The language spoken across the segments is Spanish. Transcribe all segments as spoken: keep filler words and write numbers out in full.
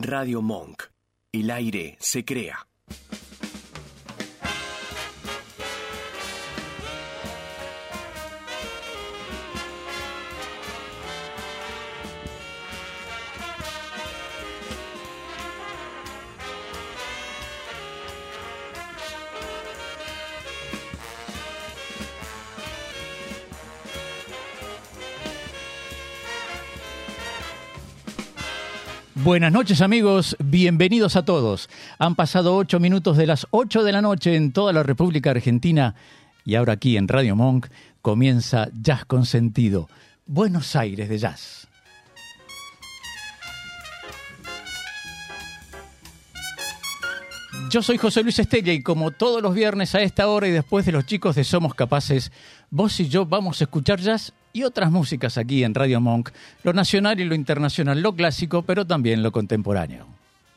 Radio Monk. El aire se crea. Buenas noches amigos, bienvenidos a todos. Han pasado ocho minutos de las ocho de la noche en toda la República Argentina y ahora aquí en Radio Monk comienza Jazz con Sentido, Buenos Aires de Jazz. Yo soy José Luis Estella y como todos los viernes a esta hora y después de los chicos de Somos Capaces, vos y yo vamos a escuchar jazz y otras músicas aquí en Radio Monk, lo nacional y lo internacional, lo clásico, pero también lo contemporáneo.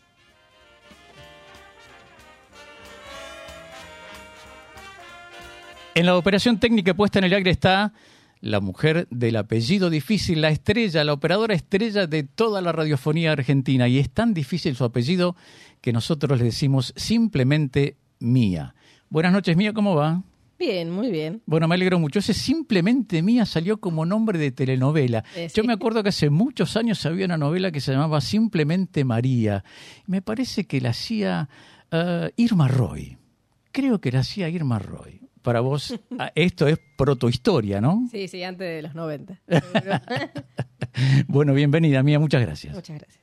En la operación técnica puesta en el aire está la mujer del apellido difícil, la estrella, la operadora estrella de toda la radiofonía argentina. Y es tan difícil su apellido que nosotros le decimos simplemente Mía. Buenas noches, Mía, ¿cómo va? Bien, muy bien. Bueno, me alegro mucho. Ese Simplemente Mía salió como nombre de telenovela. Eh, sí. Yo me acuerdo que hace muchos años había una novela que se llamaba Simplemente María. Me parece que la hacía uh, Irma Roy. Creo que la hacía Irma Roy. Para vos, esto es protohistoria, ¿no? Sí, sí, antes de los noventa. Bueno, bienvenida, Mía, muchas gracias. Muchas gracias.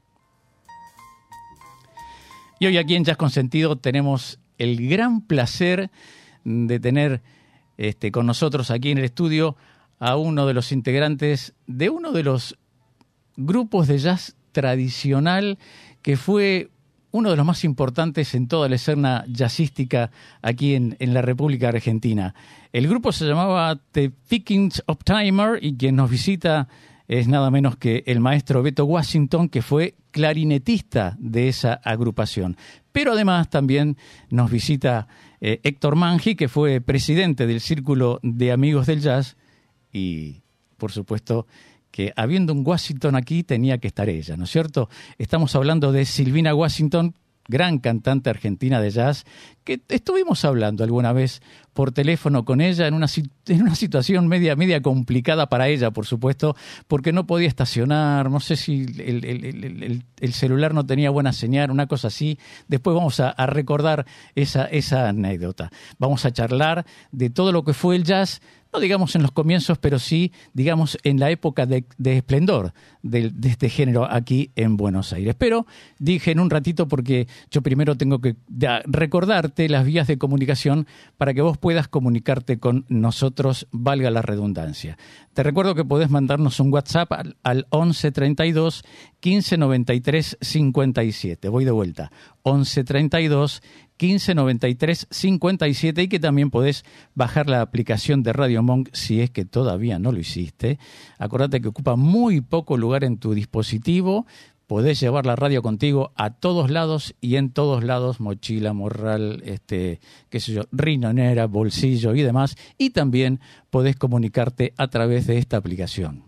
Y hoy aquí en Jazz con Sentido tenemos el gran placer de tener este, con nosotros aquí en el estudio a uno de los integrantes de uno de los grupos de jazz tradicional que fue uno de los más importantes en toda la escena jazzística aquí en, en la República Argentina. El grupo se llamaba The Pickings Uptimer y quien nos visita es nada menos que el maestro Beto Washington, que fue clarinetista de esa agrupación. Pero además también nos visita eh, Héctor Mangi, que fue presidente del Círculo de Amigos del Jazz y, por supuesto, que habiendo un Washington aquí tenía que estar ella, ¿no es cierto? Estamos hablando de Silvina Washington, gran cantante argentina de jazz, que estuvimos hablando alguna vez por teléfono con ella en una, en una situación media, media complicada para ella, por supuesto, porque no podía estacionar, no sé si el, el, el, el, el celular no tenía buena señal, una cosa así. Después vamos a, a recordar esa, esa anécdota. Vamos a charlar de todo lo que fue el jazz, no digamos en los comienzos, pero sí, digamos, en la época de, de esplendor de, de este género aquí en Buenos Aires. Pero dije en un ratito, porque yo primero tengo que recordarte las vías de comunicación para que vos puedas comunicarte con nosotros, valga la redundancia. Te recuerdo que podés mandarnos un WhatsApp al, al once treinta y dos, quince noventa y tres, cincuenta y siete. Voy de vuelta. once treinta y dos, quince noventa y tres, cincuenta y siete y que también podés bajar la aplicación de Radio Monk si es que todavía no lo hiciste. Acordate que ocupa muy poco lugar en tu dispositivo. Podés llevar la radio contigo a todos lados y en todos lados, mochila, morral, este, qué sé yo, riñonera, bolsillo y demás. Y también podés comunicarte a través de esta aplicación.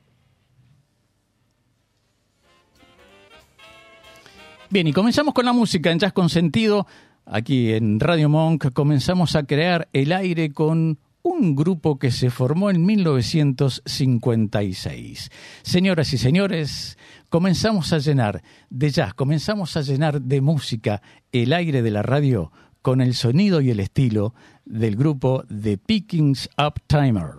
Bien, y comenzamos con la música en Jazz con Sentido. Aquí en Radio Monk comenzamos a crear el aire con un grupo que se formó en mil novecientos cincuenta y seis. Señoras y señores, comenzamos a llenar de jazz, comenzamos a llenar de música el aire de la radio con el sonido y el estilo del grupo The Pickings Uptimer.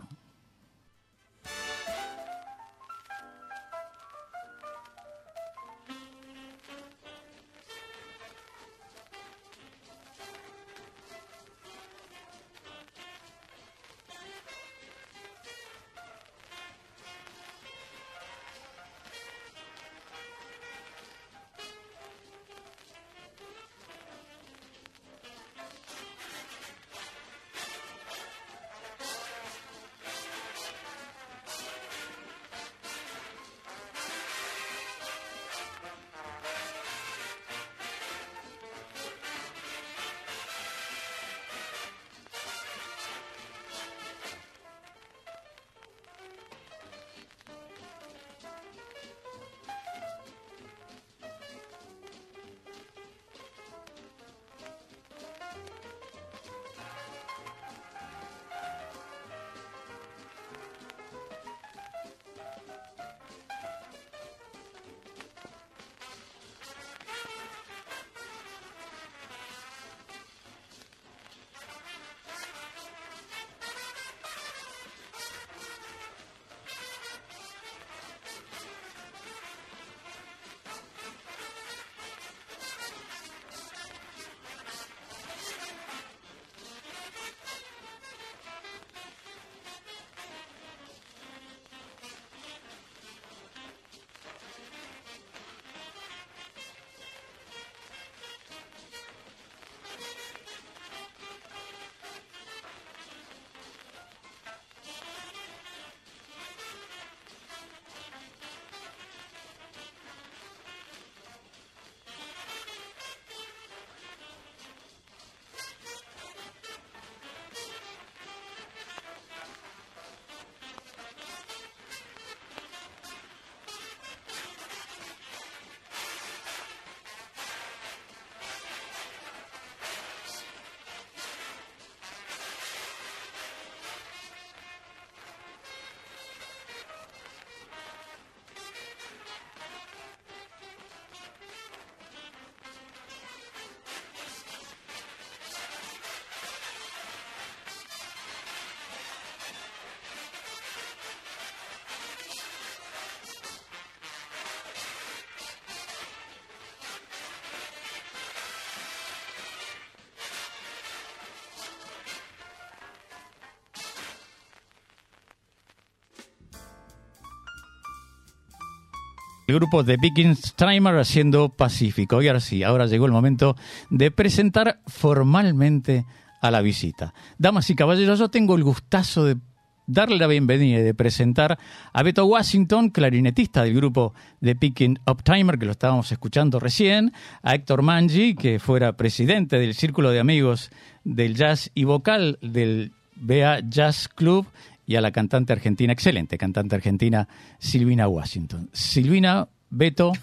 El grupo de Viking Timer haciendo Pacífico. Y ahora sí, ahora llegó el momento de presentar formalmente a la visita. Damas y caballeros, yo tengo el gustazo de darle la bienvenida y de presentar a Beto Washington, clarinetista del grupo de Picking Up Timer, que lo estábamos escuchando recién, a Héctor Mangi, que fuera presidente del Círculo de Amigos del Jazz y vocal del B A Jazz Club, y a la cantante argentina, excelente cantante argentina, Silvina Washington. Silvina, Beto...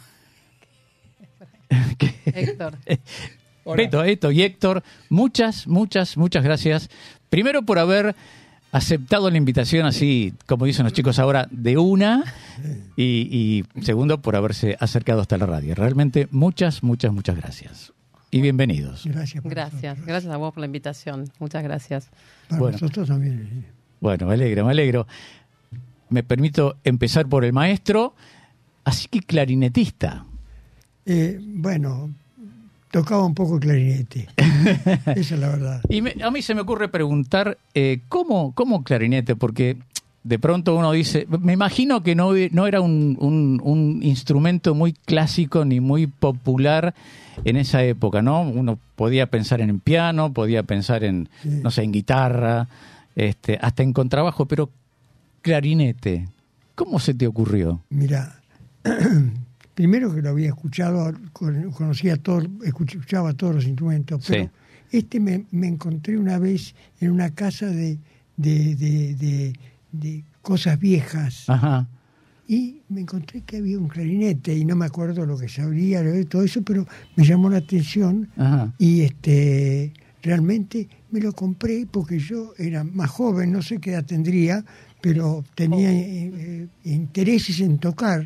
Héctor. Beto, Beto y Héctor, muchas, muchas, muchas gracias. Primero por haber aceptado la invitación así, como dicen los chicos ahora, de una, y, y segundo por haberse acercado hasta la radio. Realmente muchas, muchas, muchas gracias. Y bienvenidos. Gracias. Gracias, nosotros. gracias a vos por la invitación. Muchas gracias. Para Bueno. nosotros también. Bueno, me alegro, me alegro. Me permito empezar por el maestro, así que clarinetista. Eh, bueno, tocaba un poco clarinete. Esa es la verdad. Y me- a mí se me ocurre preguntar, eh, ¿cómo, ¿cómo clarinete? Porque de pronto uno dice, me imagino que no, no era un, un, un instrumento muy clásico ni muy popular en esa época, ¿no? Uno podía pensar en piano, podía pensar en, Sí. no sé, en guitarra, este, hasta en contrabajo, pero clarinete, ¿cómo se te ocurrió? Mira, primero que lo había escuchado, con- conocía todo, escuchaba todos los instrumentos, pero Sí. este me, me encontré una vez en una casa de, de, de, de- de cosas viejas. Ajá. Y me encontré que había un clarinete y no me acuerdo lo que sabría, lo de todo eso, pero me llamó la atención Ajá. y este realmente me lo compré porque yo era más joven, no sé qué edad tendría, pero tenía eh, eh, intereses en tocar.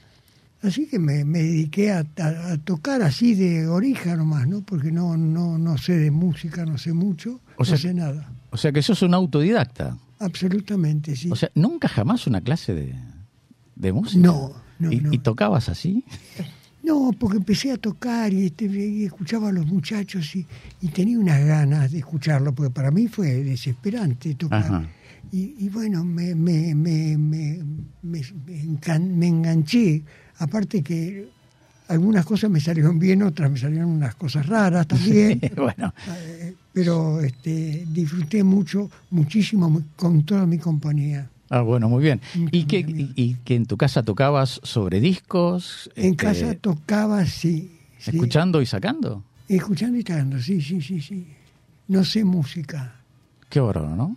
Así que me, me dediqué a, a- a tocar así de orija nomás, ¿no? Porque no, no, no sé de música, no sé mucho, O sea- no sé nada. O sea que sos un autodidacta. Absolutamente, sí. O sea, ¿nunca jamás una clase de, de música? No, no, ¿Y, no. y tocabas así? No, porque empecé a tocar y, este, y escuchaba a los muchachos y, y tenía unas ganas de escucharlo, porque para mí fue desesperante tocar. Ajá. Y, y bueno, me, me, me, me, me, me encan- me enganché. Aparte que algunas cosas me salieron bien, otras me salieron unas cosas raras también. Bueno, Eh, pero este, disfruté mucho, muchísimo mu- con toda mi compañía. ah, bueno, muy bien. Mucho, ¿Y que, muy bien. y, y que en tu casa tocabas sobre discos? En este, casa tocaba, sí. sí. ¿Escuchando y sacando? Escuchando y tocando, sí, sí, sí, sí. No sé música. Qué bárbaro, ¿no?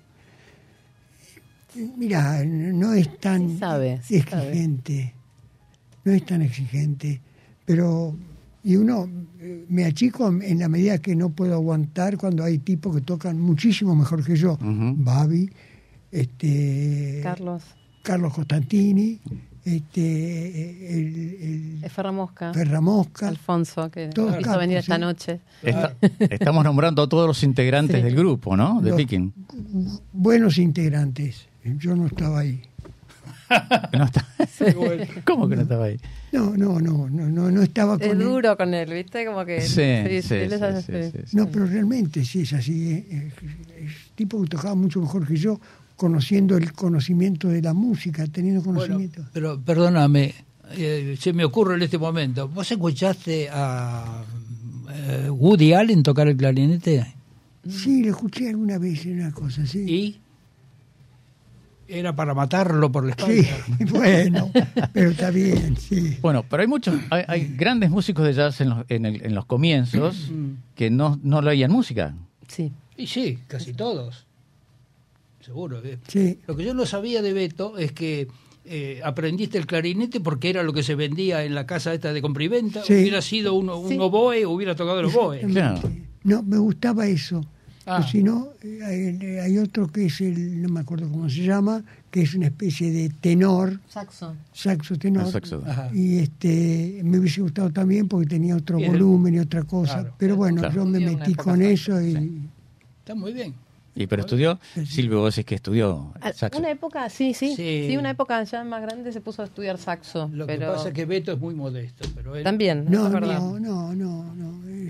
Mira, no es tan Sí sabe, sí exigente. No es tan exigente. Pero, y uno, eh, me achico en la medida que no puedo aguantar cuando hay tipos que tocan muchísimo mejor que yo. Ujú. Babi, este, Carlos, Carlos Costantini, este, el, el Ferra Mosca, Ferramosca. Alfonso, que Todos quiso capos, venir esta ¿sí? noche. Está- estamos nombrando a todos los integrantes Sí. del grupo, ¿no? De Los- Picking. Buenos integrantes. Yo no estaba ahí. No está- ¿Cómo que no estaba ahí? No, no, no, no, no, no estaba con Es él. duro con él, ¿viste? Como que... Sí, sí, sí, él es así. sí, sí, sí. No, pero realmente sí es así. eh, eh, Es tipo que tocaba mucho mejor que yo, conociendo el conocimiento de la música, teniendo Bueno, conocimiento. pero perdóname, eh, se me ocurre en este momento. ¿Vos escuchaste a eh, Woody Allen tocar el clarinete? Sí, lo escuché alguna vez en una cosa, sí. ¿Y? Era para matarlo por la Sí, espalda. bueno, pero está bien, sí. Bueno, pero hay muchos, hay, hay grandes músicos de jazz en los, en el- en los comienzos que no, no leían música. Sí. Y sí, casi todos. Seguro. eh. Sí, Lo que yo no sabía de Beto es que eh, aprendiste el clarinete porque era lo que se vendía en la casa esta de compra y venta. Sí. Hubiera sido un, un Sí. oboe, hubiera tocado el oboe. Claro. no, me gustaba eso. Ah. O si no, eh, hay, hay otro que es el, no me acuerdo cómo se llama, que es una especie de tenor, Saxo. saxo tenor. El saxo. Ajá. Y este me hubiese gustado también porque tenía otro Y el- volumen y otra cosa. Claro. Pero bueno, Claro. yo me Estudió una metí época con saxo, eso y... Está muy bien. Y pero estudió, Silvio, vos decís que estudió Ah, saxo. Una época, sí, sí, Sí. sí. una época ya más grande se puso a estudiar saxo. Lo pero que pasa es que Beto es muy modesto, pero él también, No, es verdad. no, no, no, no. Es-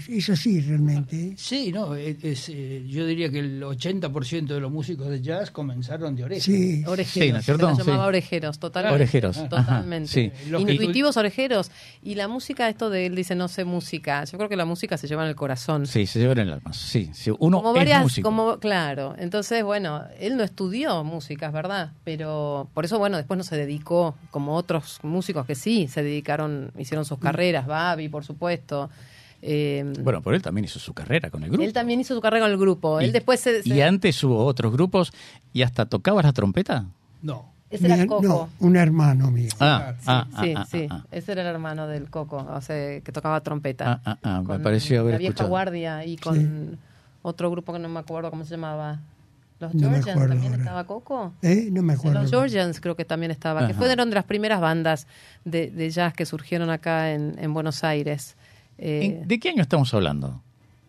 es así realmente. Sí, no, es, es, eh, yo diría que el ochenta por ciento de los músicos de jazz comenzaron de oreja. Sí, Orejeros, Sí, ¿no es cierto? se los llamaba Sí. orejeros, totalmente. Orejeros, ajá, Totalmente. sí. Los que- Intuitivos orejeros. Y la música, esto de él dice no sé música, yo creo que la música se lleva en el corazón. Sí, se llevan en el alma. Sí, sí, uno como es varias, músico. como, claro, entonces bueno, él no estudió música, es verdad, pero por eso bueno, después no se dedicó como otros músicos que sí se dedicaron, hicieron sus carreras, Babi, por supuesto. Eh, Bueno, pero él también hizo su carrera con el grupo. él también hizo su carrera con el grupo. Y, él después se, se- y antes hubo otros grupos y hasta tocabas la trompeta. No. ese era Mi- Coco. no, un hermano mío. Ah, Sí, ah, sí, ah, sí. ah, ah. Ese era el hermano del Coco, o sea, que tocaba trompeta. Ah, ah, ah, me Con pareció haber la vieja escuchado. guardia y con otro grupo que no me acuerdo cómo se llamaba. Los No me Georgians acuerdo también ahora. estaba Coco. ¿Eh? No me En acuerdo. los Georgians creo que también estaba, que Ajá. fueron de las primeras bandas de, de jazz que surgieron acá en, en Buenos Aires. Eh, ¿En- ¿De qué año estamos hablando?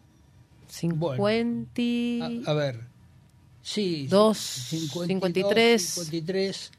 cincuenta A, a ver. Sí. Dos, cincuenta y dos, cincuenta y tres. cincuenta y tres.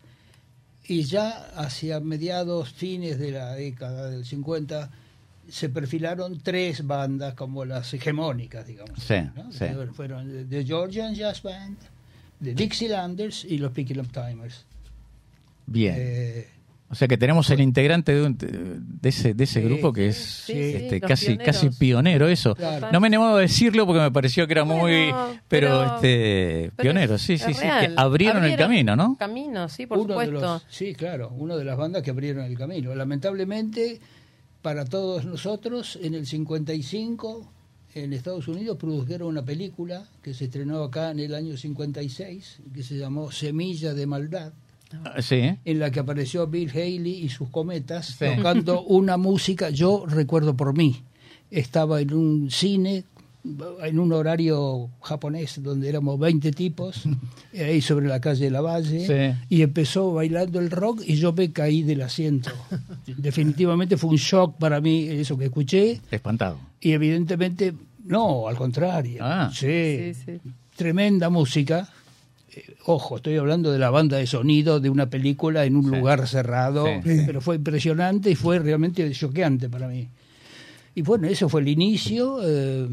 Y ya hacia mediados, fines de la década del cincuenta, se perfilaron tres bandas como las hegemónicas, digamos. Sí, ¿no? sí. Fueron The Georgian Jazz Band, The Dixielanders y los Picky Timers. Bien. Eh, O sea que tenemos el integrante de, un- de ese de ese Sí, grupo que es sí, este, sí, los casi pioneros. casi pionero eso. Claro. No me animaba a decirlo porque me pareció que era muy Bueno, pero, pero- este pero pionero, es- sí, es sí, sí, real. que abrieron, el camino, ¿no? Camino, sí, por uno de supuesto. los, sí, claro, una de las bandas que abrieron el camino. Lamentablemente, para todos nosotros, en el cincuenta y cinco, en Estados Unidos produjeron una película que se estrenó acá en el año cincuenta y seis, que se llamó Semilla de Maldad, Ah, Sí, ¿eh? en la que apareció Bill Haley y sus Cometas Sí. tocando una música. Yo recuerdo por mí, estaba en un cine en un horario japonés donde éramos veinte tipos ahí sobre la calle de la Valle, Sí. y empezó bailando el rock y yo me caí del asiento. Definitivamente fue un shock para mí eso que escuché, Espantado. y evidentemente no, al contrario. Ah. Sí, Sí, sí. tremenda música. Eh, Ojo, estoy hablando de la banda de sonido de una película en un Sí. lugar cerrado, Sí. pero fue impresionante y fue realmente choqueante para mí. Y bueno, eso fue el inicio. Eh,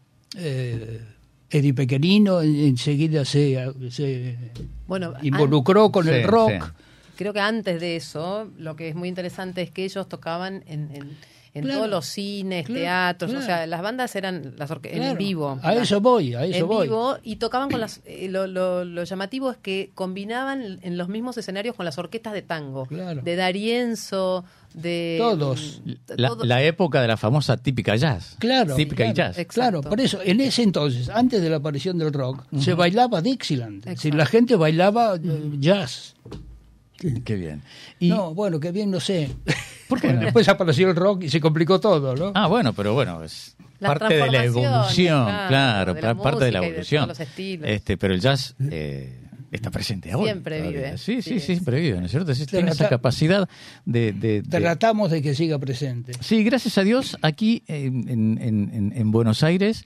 eh, Eddie Pequenino en- enseguida se, se Bueno, involucró con Sí, el rock. sí. creo que antes de eso, lo que es muy interesante es que ellos tocaban en, en, en Claro, todos los cines, claro, teatros, claro. o sea, las bandas eran las orque- en Claro, vivo. A eso voy, a eso en voy. vivo y tocaban con las eh, lo, lo, lo llamativo es que combinaban en los mismos escenarios con las orquestas de tango, Claro. de D'Arienzo, de Todos. La, todo- la época de la famosa típica jazz. Claro, Típica y claro, jazz. Exacto. Claro, por eso, en ese entonces, antes de la aparición del rock, se bailaba Dixieland. Es decir, Exacto. la gente bailaba eh, jazz. Qué bien. Y, No, bueno, que bien, no sé. ¿Por qué Bueno, no? después apareció el rock y se complicó todo, ¿no? Ah, bueno, pero bueno, es Las parte de la transformaciones, evolución, claro, claro, de la pa- parte de la música y de evolución. todos los estilos. Este, pero el jazz eh, está presente ahora. Siempre todavía. vive. Sí, sí, Sí, sí, siempre vive, ¿no es cierto? Sí, tiene esa Trata- capacidad de, de- de- Tratamos de que siga presente. Sí, gracias a Dios, aquí en, en- en- en Buenos Aires,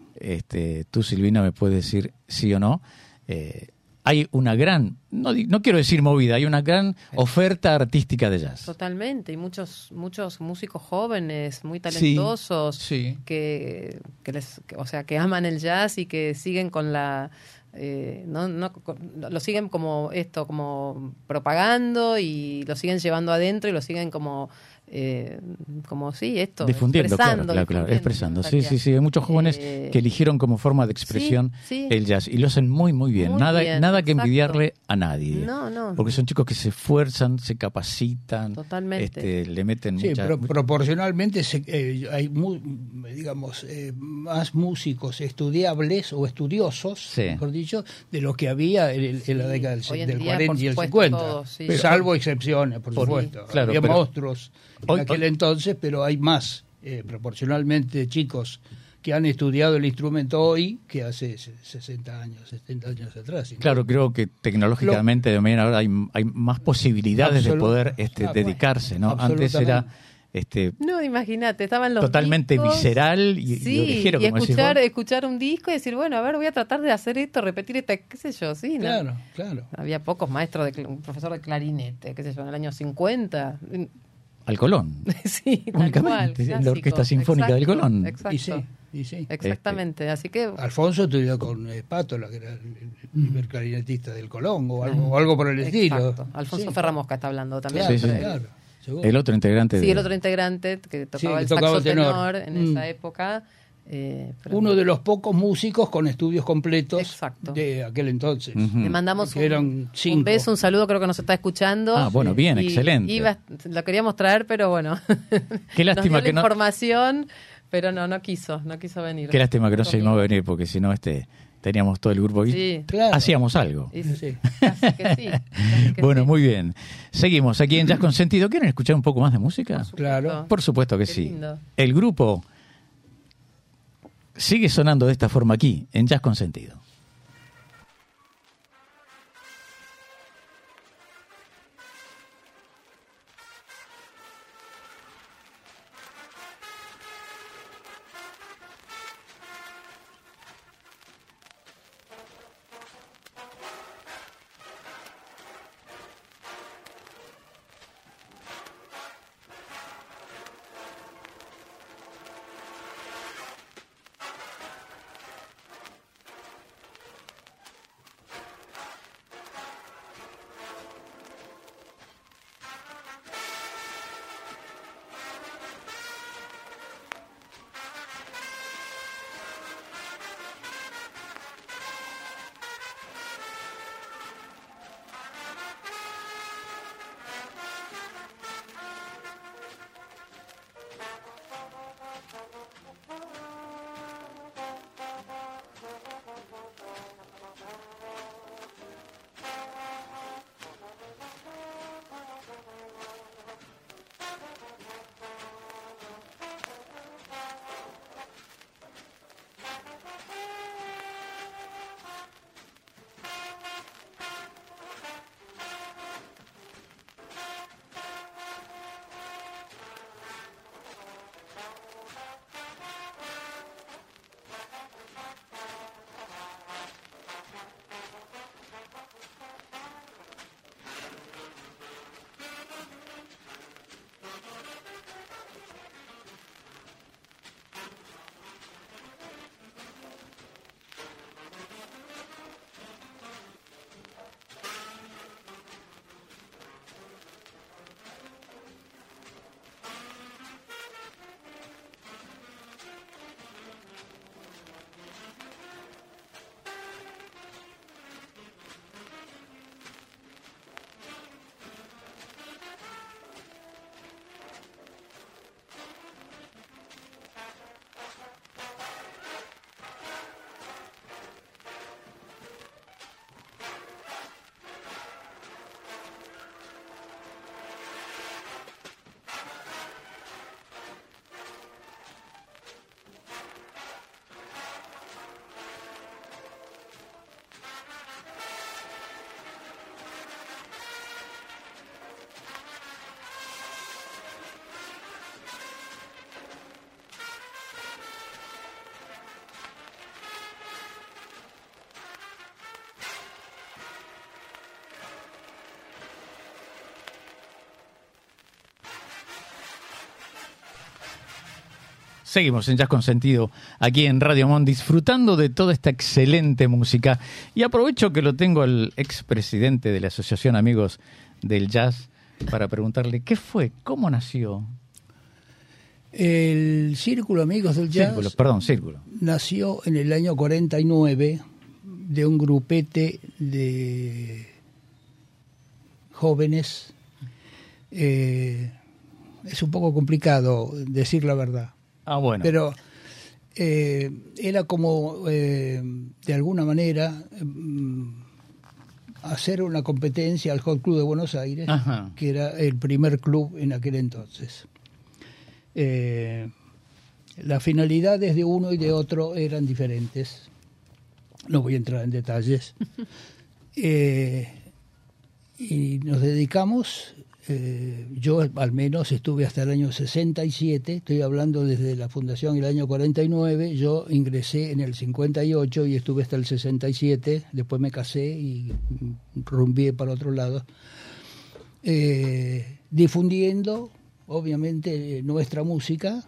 este, tú Silvina me puedes decir sí o no, eh, hay una gran, no, di- no quiero decir movida, hay una gran oferta artística de jazz. Totalmente, y muchos muchos músicos jóvenes, muy Sí, talentosos, sí. que, que les, que- o sea, que aman el jazz y que siguen con la, eh, no, no, con- lo siguen como esto, como propagando y lo siguen llevando adentro y lo siguen como, eh, como sí, esto, Difundiendo, claro, expresando, claro, claro, difundiendo, expresando. en Sí, realidad. sí, sí. Hay muchos jóvenes Eh, que eligieron como forma de expresión sí, sí. el jazz y lo hacen muy, muy bien. Muy nada bien, nada que exacto. envidiarle a nadie. No, no. Porque son chicos que se esfuerzan, se capacitan, Totalmente. este, le meten Sí, mucha... pro- proporcionalmente se- eh, hay, mu- digamos, eh, más músicos estudiables o estudiosos, Sí. mejor dicho, de los que había en, en la década del, Hoy en del día, cuarenta por y el supuesto, cincuenta. todos, sí. Pero- salvo excepciones, por, Por- supuesto. claro, había pero- monstruos en Hoy- aquel hoy- entonces, pero hay más, eh, proporcionalmente, chicos que han estudiado el instrumento hoy que hace se- sesenta años, setenta años atrás. Claro, creo que tecnológicamente también ahora hay, hay más posibilidades de Absolut- poder este, Ah, bueno, dedicarse, ¿no? Antes era este, No, imagínate, estaban los totalmente discos, visceral y, y sí, orejero, y como decís escuchar, vos. escuchar un disco y decir, bueno, a ver, voy a tratar de hacer esto, repetir esta, qué sé yo, sí, ¿no? Claro, claro. Había pocos maestros, de, cl- un profesor de clarinete, qué sé yo, en el año cincuenta. al Colón. Sí, tal Únicamente, cual, en la clásico. Orquesta Sinfónica del Exacto, Colón. Exacto. Y sí, y sí. Exactamente, así que Alfonso estudió con Espátola, que era el primer clarinetista del Colón, o algo, o algo por el estilo. exacto. Alfonso Sí. Ferramosca está hablando también. Claro, Sí, sí. claro, seguro. El otro integrante Sí, de... el otro integrante que tocaba Sí, que el tocaba saxo el tenor. tenor en Mm. esa época. eh, pero- Uno de los pocos músicos con estudios completos Exacto. de aquel entonces. Ujú. Le mandamos Que un, eran cinco. un beso, un saludo, creo que nos está escuchando. Ah, bueno, bien, Y excelente. iba- lo queríamos traer, pero bueno. Qué lástima nos dio que la no- información, pero no, no quiso, no quiso venir. Qué lástima que no se Conmigo. animó a venir, porque si no, este, teníamos todo el grupo y Sí. Claro. hacíamos algo. Y- Sí. Casi que sí. casi que Bueno, sí. muy bien. Seguimos aquí en Jazz con Sentido. ¿Quieren escuchar un poco más de música? Claro. Por supuesto que Qué sí. lindo. El grupo sigue sonando de esta forma aquí, en Jazz con Sentido. Seguimos en Jazz con Sentido, aquí en Radio Mon, disfrutando de toda esta excelente música. Y aprovecho que lo tengo al expresidente de la Asociación Amigos del Jazz para preguntarle qué fue, cómo nació. El Círculo Amigos del Jazz Círculo, perdón, Círculo. nació en el año cuarenta y nueve de un grupete de jóvenes. Eh, es un poco complicado decir la verdad. Ah, bueno. Pero eh, era como, eh, de alguna manera, eh, hacer una competencia al Hot Club de Buenos Aires, Ajá. que era el primer club en aquel entonces. Eh, las finalidades de uno y de otro eran diferentes. No voy a entrar en detalles. Eh, y nos dedicamos... Eh, yo al menos estuve hasta el año sesenta y siete, estoy hablando desde la fundación el año cuarenta y nueve, yo ingresé en el cincuenta y ocho y estuve hasta el sesenta y siete, después me casé y rumbié para otro lado, eh, difundiendo obviamente, nuestra música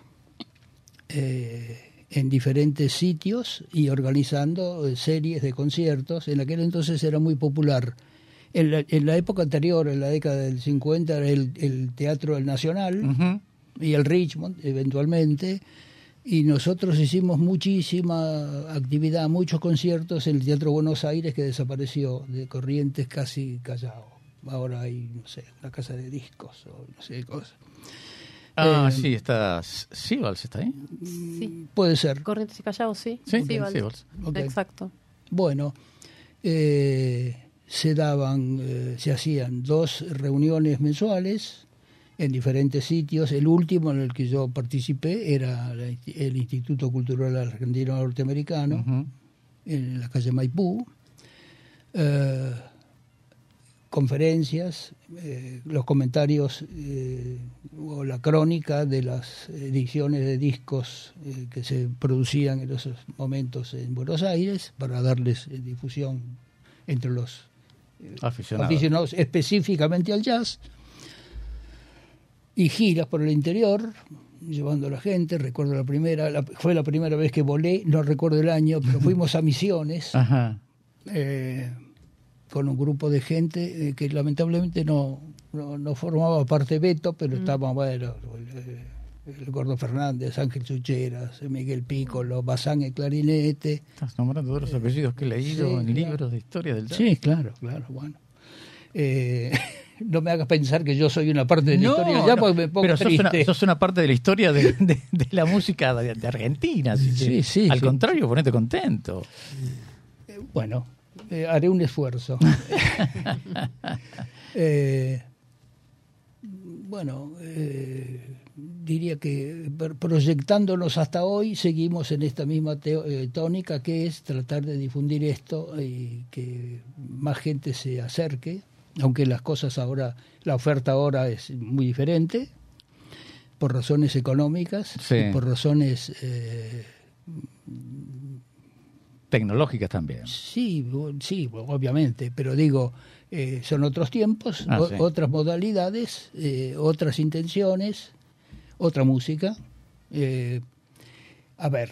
eh, en diferentes sitios y organizando eh, series de conciertos. En aquel entonces era muy popular. En la, en la época anterior, en la década del cincuenta, era el, el Teatro del Nacional Ujú. y el Richmond, eventualmente. Y nosotros hicimos muchísima actividad, muchos conciertos en el Teatro Buenos Aires, que desapareció de Corrientes, casi Callao. Ahora hay, no sé, una casa de discos o no sé qué cosa. Ah, Eh, sí, está Sibals, ¿está ahí? Sí. Puede ser. Corrientes y Callao, sí. Sí, sí, vale. Sibals. Ok. Exacto. Bueno, eh, se daban, eh, se hacían dos reuniones mensuales en diferentes sitios. El último en el que yo participé era la- el Instituto Cultural Argentino Norteamericano, Ujú. en la calle Maipú. Eh, conferencias, eh, los comentarios eh, o la crónica de las ediciones de discos eh, que se producían en esos momentos en Buenos Aires para darles eh, difusión entre los Aficionado. aficionados específicamente al jazz, y giras por el interior llevando a la gente. Recuerdo la primera, la- fue la primera vez que volé, no recuerdo el año, pero fuimos a Misiones Ajá. eh, con un grupo de gente eh, que lamentablemente no, no, no formaba parte Beto, pero estaban, bueno, el, el Gordo Fernández, Ángel Sucheras, Miguel Piccolo, Bazán el clarinete. Estás nombrando todos los apellidos que he leído Sí, en claro. libros de historia del jazz. Sí, claro, claro, bueno. Eh, no me hagas pensar que yo soy una parte de la historia ya, no, porque me pongo pero sos una, triste. sos una parte de la historia de, de- de la música de, de Argentina. Así Sí, que, sí, al sí. contrario, ponete contento. Bueno, eh, haré un esfuerzo. Eh, bueno, eh, diría que per- proyectándonos hasta hoy, seguimos en esta misma teo- eh, tónica, que es tratar de difundir esto y que más gente se acerque, aunque las cosas ahora, la oferta ahora es muy diferente, por razones económicas, Sí. y por razones... eh, Tecnológicas también. Sí, bu- sí, bu- obviamente, pero digo, eh, son otros tiempos, Ah, o- sí. otras modalidades, eh, otras intenciones, otra música. Eh, a ver,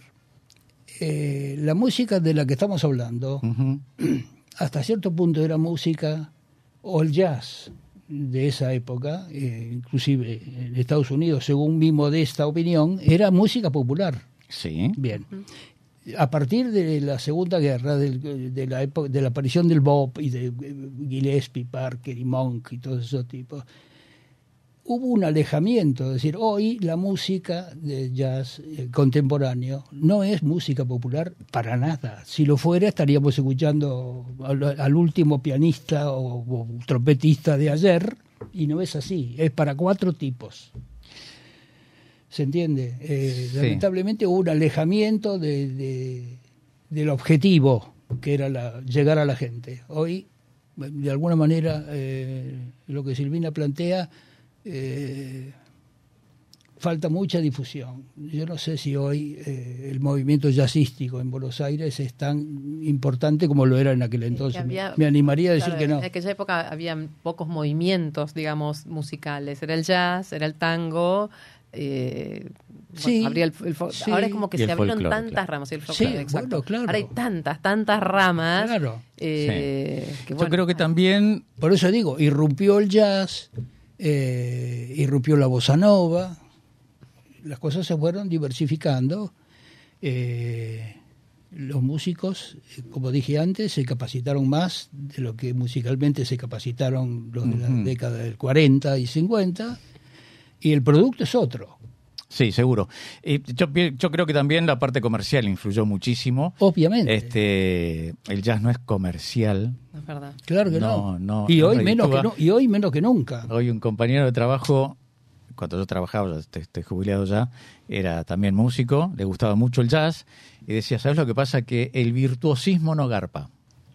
eh, la música de la que estamos hablando, Ujú. hasta cierto punto era música, o el jazz de esa época, eh, inclusive en Estados Unidos, según mi modesta opinión, era música popular. Sí. Bien. A partir de la Segunda Guerra, del- de, la época, de la aparición del bop y de eh, Gillespie, Parker y Monk y todos esos tipos, hubo un alejamiento. Es decir, hoy la música de jazz eh, contemporáneo no es música popular para nada. Si lo fuera, estaríamos escuchando al, al último pianista o, o trompetista de ayer, y no es así. Es para cuatro tipos. ¿Se entiende? Eh, Sí. Lamentablemente hubo un alejamiento de, de- del objetivo, que era la, llegar a la gente. Hoy, de alguna manera, eh, lo que Silvina plantea, eh, falta mucha difusión. Yo no sé si hoy eh, el movimiento jazzístico en Buenos Aires es tan importante como lo era en aquel entonces. había- me, me animaría a decir Claro, que no. En aquella época había pocos movimientos, digamos, musicales. Era el jazz, era el tango. Eh, bueno, Sí, habría el, el fo- sí. Ahora es como que Y se el abrieron folclore, tantas claro. ramas. Y el Sí, folclore, exacto. bueno, claro. Ahora hay tantas, tantas ramas. Claro. eh, que, Yo bueno, creo que también Por eso digo, irrumpió el jazz, eh, irrumpió la bossa nova, las cosas se fueron diversificando. eh, los músicos, eh, como dije antes, se capacitaron más de lo que musicalmente se capacitaron los de la Ujú. década del cuarenta y cincuenta, y el producto es otro, sí, seguro. Y yo, pi- yo creo que también la parte comercial influyó muchísimo. obviamente. Este, el jazz no es comercial. es verdad. Claro que no, no. no, y, no hoy menos que reditúa. no y hoy menos que nunca. Hoy un compañero de trabajo, cuando yo trabajaba, ya estoy, estoy jubilado ya, era también músico, le gustaba mucho el jazz, y decía, ¿sabes lo que pasa? Que el virtuosismo no garpa.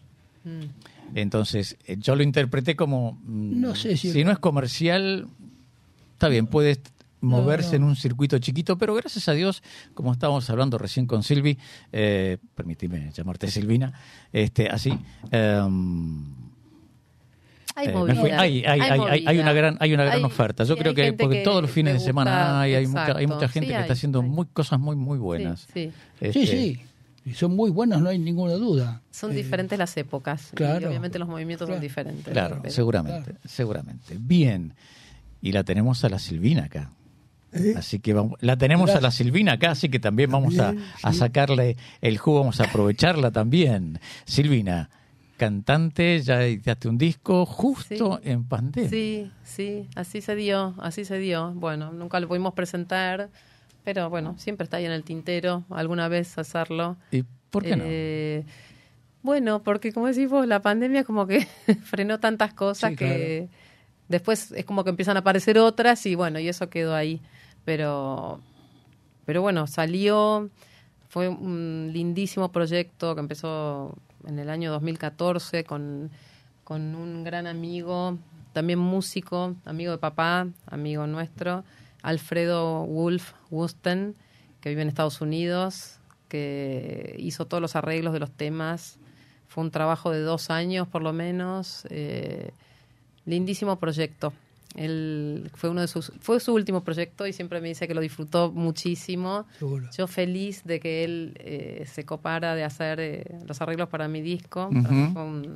Mm. Entonces, eh, yo lo interpreté como, mm, No sé si- si no es comercial, está bien, puedes moverse no. en un circuito chiquito, pero gracias a Dios, como estábamos hablando recién con Silvi, eh, permitime llamarte Silvina, este, así, em, Hay Eh, me movida, fui. Hay, hay, hay, hay, movida. hay una gran, hay una gran Hay- oferta. Yo y creo hay que gente porque que todos los fines le de semana gusta, hay, hay mucha, hay exacto. mucha gente Sí, que hay, está haciendo hay. muy cosas muy muy buenas. Sí, sí. Este, Sí, sí. Y son muy buenas, no hay ninguna duda. Son Eh, diferentes las épocas. claro. Y obviamente los movimientos Claro. son diferentes. Claro, Pero- seguramente, claro. seguramente. Bien. Y la tenemos a la Silvina acá. ¿Eh? Así que vamos, la tenemos a la Silvina acá, así que también vamos a, También, a sí. sacarle el jugo, vamos a aprovecharla también. Silvina, cantante, ya editaste un disco justo Sí. en pandemia. Sí, sí, así se dio, así se dio. Bueno, nunca lo pudimos presentar, pero bueno, siempre está ahí en el tintero, alguna vez hacerlo. ¿Y por qué no? Eh, Bueno, porque como decís vos, la pandemia como que frenó tantas cosas Sí, que después es como que empiezan a aparecer otras y bueno, y eso quedó ahí. Pero, pero bueno, salió, fue un lindísimo proyecto que empezó en el año dos mil catorce con, con un gran amigo, también músico, amigo de papá, amigo nuestro, Alfredo Wolf Wusten, que vive en Estados Unidos, que hizo todos los arreglos de los temas. Fue un trabajo de dos años por lo menos. Eh, lindísimo proyecto. Él fue uno de sus, fue su último proyecto y siempre me dice que lo disfrutó muchísimo. Seguro. Yo feliz de que él eh, se copara de hacer eh, los arreglos para mi disco. Ujú. Para mí fue un-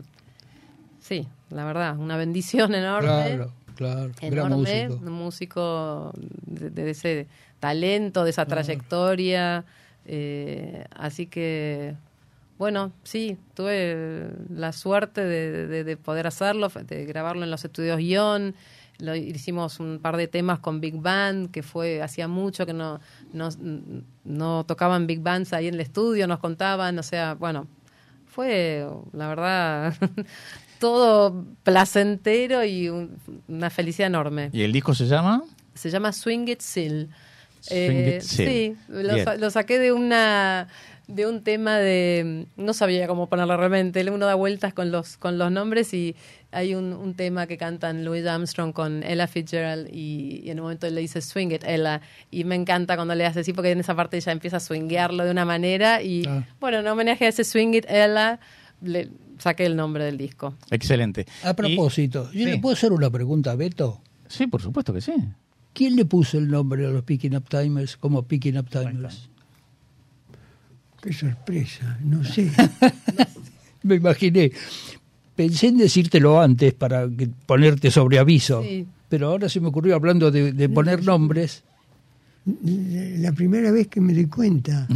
sí, la verdad, una bendición enorme. Claro, claro. Gran Enorme, músico. un músico de, de ese talento, de esa trayectoria. Eh, así que, bueno, sí, tuve la suerte de, de- de poder hacerlo, de grabarlo en los estudios Guión. Lo, hicimos un par de temas con Big Band, que fue hacía mucho que no, no, no tocaban Big Bands ahí en el estudio, nos contaban, o sea, bueno, fue, la verdad, todo placentero y un- una felicidad enorme. ¿Y el disco se llama? Se llama Swing It Still. Swing It Still. Sí, lo, Bien. sa- lo saqué de una de un tema de no sabía cómo ponerlo realmente. Uno da vueltas con los con los nombres y hay un, un tema que cantan Louis Armstrong con Ella Fitzgerald y, y en un momento él le dice swing it Ella y me encanta cuando le hace así porque en esa parte ella empieza a swinguearlo de una manera y Ah. bueno, en homenaje a ese swing it Ella le saqué el nombre del disco. Excelente. A propósito, Y- ¿yo sí. le puedo hacer una pregunta a Beto? Sí, por supuesto que sí. ¿Quién le puso el nombre a los Picking Up Timers como Picking Up Timers? Qué sorpresa, no sé. Me imaginé. Pensé en decírtelo antes para que- ponerte sobre aviso, Sí. pero ahora se me ocurrió hablando de, de poner nombres. La primera vez que me di cuenta.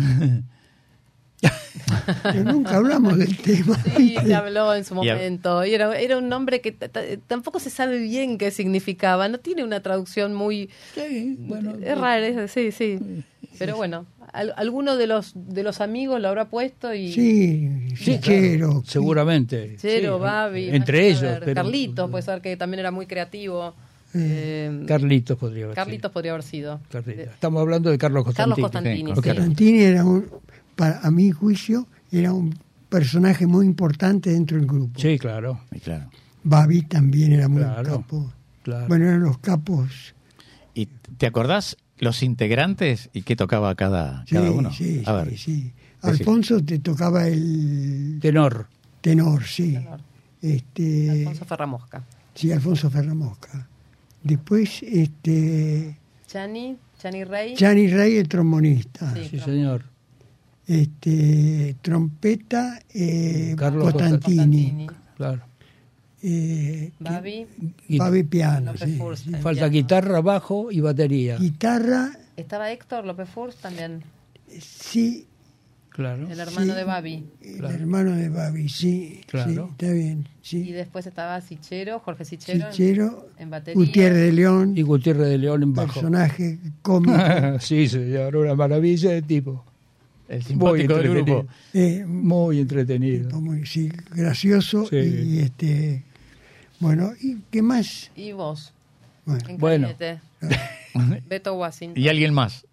Pero nunca hablamos del tema. Sí, se habló en su Y a- momento. Y era, era un nombre que t- t- tampoco se sabe bien qué significaba. No tiene una traducción muy... Sí, bueno, es raro, es- sí, sí. Pero bueno, al- alguno de los de los amigos lo habrá puesto y... Sí, sí, Sichero. claro, seguramente. Chero, sí, Babi. Entre vaya a ellos. ver, pero- Carlitos, puede ser que también era muy creativo. Eh, Carlitos podría haber Carlitos sido. podría haber sido. Carlitos. Estamos hablando de Carlos Constantini. Carlos Costantini, Sí, sí. Constantini era un, para, a mi juicio, era un personaje muy importante dentro del grupo. Sí, claro. Y claro. Babi también era muy Claro, capo. claro. Bueno, eran los capos. ¿Y te acordás los integrantes y qué tocaba cada, Sí, cada uno? sí, A ver. sí, sí. Alfonso te tocaba el Tenor. tenor, sí. Tenor. Este, Alfonso Ferramosca. Sí, Alfonso Ferramosca. Después, este, Chani, Chani Rey. Gianni Rey, el trombonista. Sí. Sí, señor. Este, trompeta, eh, Carlos Costantini. Claro. Eh, Babi. Y- Babi piano, López sí. Furst, el Falta piano. guitarra, bajo y batería. Guitarra, Estaba Héctor López Furst también, sí, Claro. el hermano Sí. de Babi. el Claro. hermano de Babi, sí, Claro. sí, está bien, Y sí. después estaba Sichero, Jorge Sichero. en- Sichero, en batería. Gutiérrez de León, Y Gutiérrez de León en bajo. personaje cómico, Sí, señor, una maravilla de tipo. El Muy simpático del entretenido. grupo. eh, Muy entretenido. muy, sí, gracioso Sí. y este, bueno, ¿y qué más? Y vos, Bueno, en Bueno. clarinete. Beto Washington. Y alguien más.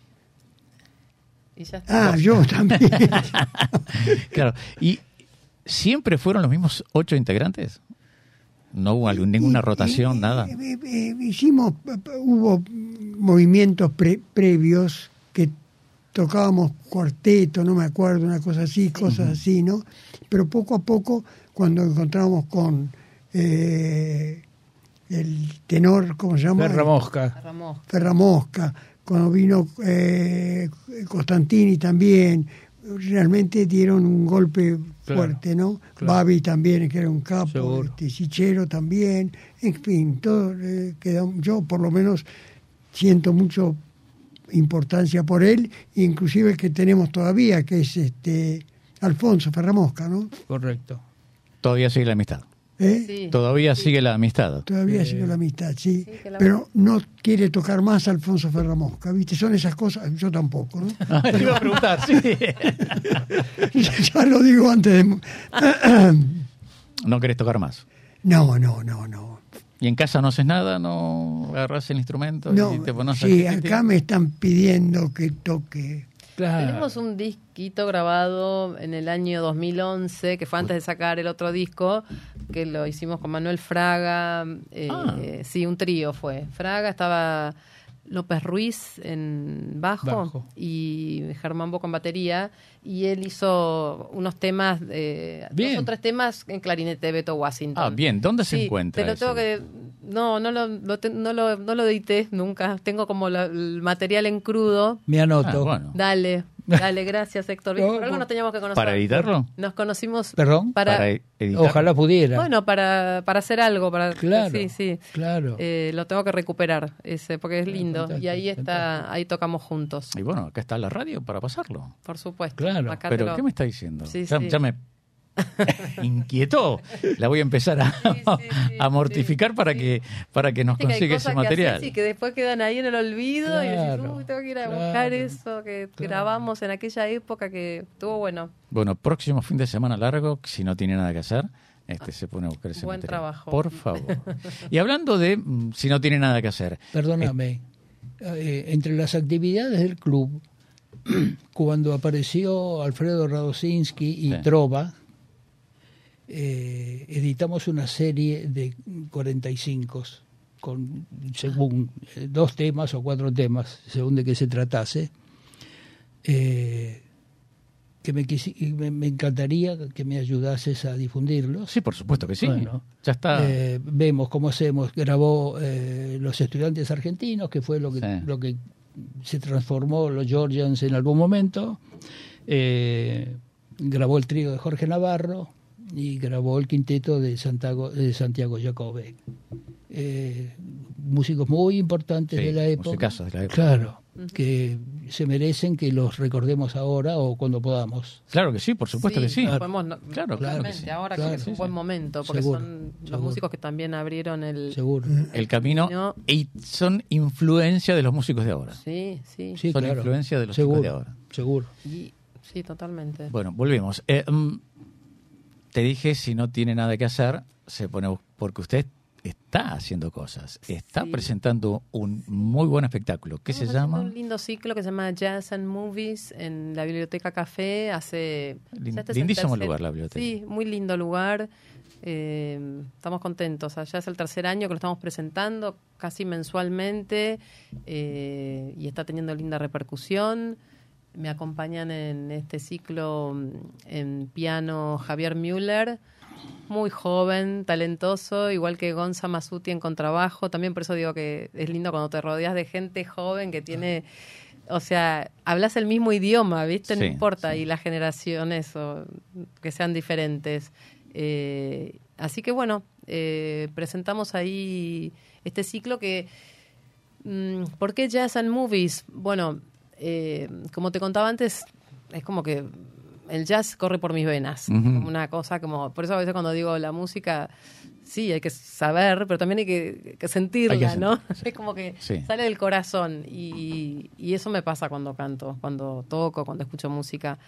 Y ya está. ah, yo también. Claro. ¿Y siempre fueron los mismos ocho integrantes? ¿No hubo algún- ninguna Y- rotación, y- nada? eh, eh, hicimos, hubo movimientos pre- previos que tocábamos cuarteto, no me acuerdo, una cosa así, cosas así, ¿no? Pero poco a poco, cuando encontramos con eh, el tenor, ¿cómo se llama? Ferra Mosca. Ramos. Ferra Mosca, cuando vino eh, Costantini también, realmente dieron un golpe Claro, fuerte, ¿no? claro. Babi también, que era un capo, Seguro. este, Sichero también, en fin, todo eh, quedó, yo por lo menos siento mucho importancia por él, inclusive el que tenemos todavía, que es este Alfonso Ferra Mosca, ¿no? Correcto. Todavía sigue la amistad. ¿Eh? Sí. Todavía sigue la amistad. Todavía Eh, sigue la amistad, sí, Sí, que la- pero no quiere tocar más a Alfonso Ferra Mosca, ¿viste? Son esas cosas, yo tampoco, ¿no? Ah, te iba a preguntar, sí. Ya lo digo antes de... No querés tocar más. No, no, no, no. ¿Y en casa no haces nada? ¿No agarrás el instrumento No, y te pones a sí, escribir? acá me están pidiendo que toque. Claro. Tenemos un disquito grabado en el año dos mil once, que fue antes de sacar el otro disco, que lo hicimos con Manuel Fraga. Eh, Ah. Sí, un trío fue. Fraga, estaba López Ruiz en bajo, Bajo. y Germán Boca en batería. Y él hizo unos temas, eh, Bien. dos o tres temas en clarinete de Beto Washington. Ah, bien. ¿Dónde se Sí, encuentra te lo tengo ese? que... No, no lo, lo te- no lo, no lo edité nunca. Tengo como la- el material en crudo. Me anoto. Ah, bueno. Dale, dale, gracias Héctor. ¿Viste? No, Por algo por- nos teníamos que conocer. ¿Para editarlo? Nos conocimos ¿Perdón? para, Para e- editar. Ojalá pudiera. bueno, para, para hacer algo, para Claro, sí, sí. claro. Eh, lo tengo que recuperar ese porque es Ah, lindo fantástico, y ahí está, fantástico. ahí tocamos juntos, Y bueno, acá está la radio para pasarlo. por supuesto. Claro. Acá te ¿Pero lo- qué me está diciendo? Sí, ya, sí. ya me inquietó. La voy a empezar a, Sí, sí, sí, a mortificar sí, para sí. que para que nos Viste que hay consiga ese cosas que material. haces y que después quedan ahí en el olvido y decís, Claro, uy, tengo que ir a claro, buscar eso que claro. grabamos en aquella época que estuvo bueno. Bueno, próximo fin de semana largo, si no tiene nada que hacer, este se pone a buscar ese Buen material. trabajo. Por favor. Y hablando de mm, si no tiene nada que hacer, Perdóname. Eh, entre las actividades del club, cuando apareció Alfredo Radosinski y Sí. Trova, eh, editamos una serie de cuarenta y cinco con según eh, dos temas o cuatro temas, según de qué se tratase. Eh, que me, quisi- me, me encantaría que me ayudases a difundirlos. sí, por supuesto que sí. Bueno, ya está. Eh, vemos cómo hacemos. Grabó eh, Los Estudiantes Argentinos, que fue lo que, Sí. lo que se transformó los Georgians en algún momento. Eh, grabó el trío de Jorge Navarro y grabó el quinteto de Santiago, de Santiago Jacobe. Eh, músicos muy importantes Sí, de la época. musicazos de la época. Claro, que se merecen que los recordemos ahora o cuando podamos. Claro que sí, por supuesto que sí. Claro. Podemos, no- Claro, claro que totalmente, sí. ahora Claro, creo que es sí, un sí. buen momento, porque Seguro, son los seguro. músicos que también abrieron el... Seguro. El camino No. y son influencia de los músicos de ahora. Sí, sí, Sí, Son claro. influencia de los seguro, chicos de ahora. Seguro. y- sí, totalmente. Bueno, volvemos. Eh, mm, te dije, si no tiene nada que hacer, se pone a bus- porque usted está haciendo cosas. Está Sí. presentando un muy buen espectáculo. ¿Qué se Estamos haciendo llama? un lindo ciclo que se llama Jazz and Movies en la Biblioteca Café. Hace Lin- ya este es el lindísimo tercer- lugar la biblioteca. Sí, muy lindo lugar. Eh, estamos contentos. Ya es el tercer año que lo estamos presentando casi mensualmente eh, y está teniendo linda repercusión. Me acompañan en este ciclo mm, en piano Javier Müller, muy joven, talentoso, igual que Gonza Masuti en contrabajo. También por eso digo que es lindo cuando te rodeas de gente joven que tiene, o sea, hablas el mismo idioma, ¿viste? No Sí, importa, sí. y las generaciones o, que sean diferentes. Eh, así que bueno, eh, presentamos ahí este ciclo que... mm, ¿Por qué Jazz and Movies? Bueno, eh, como te contaba antes, es como que el jazz corre por mis venas, Ujú. como una cosa como, por eso a veces cuando digo la música, sí, hay que saber, pero también hay que, que sentirla, Hay que ¿no? sentir, sí. Es como que Sí. sale del corazón y, y eso me pasa cuando canto, cuando toco, cuando escucho música.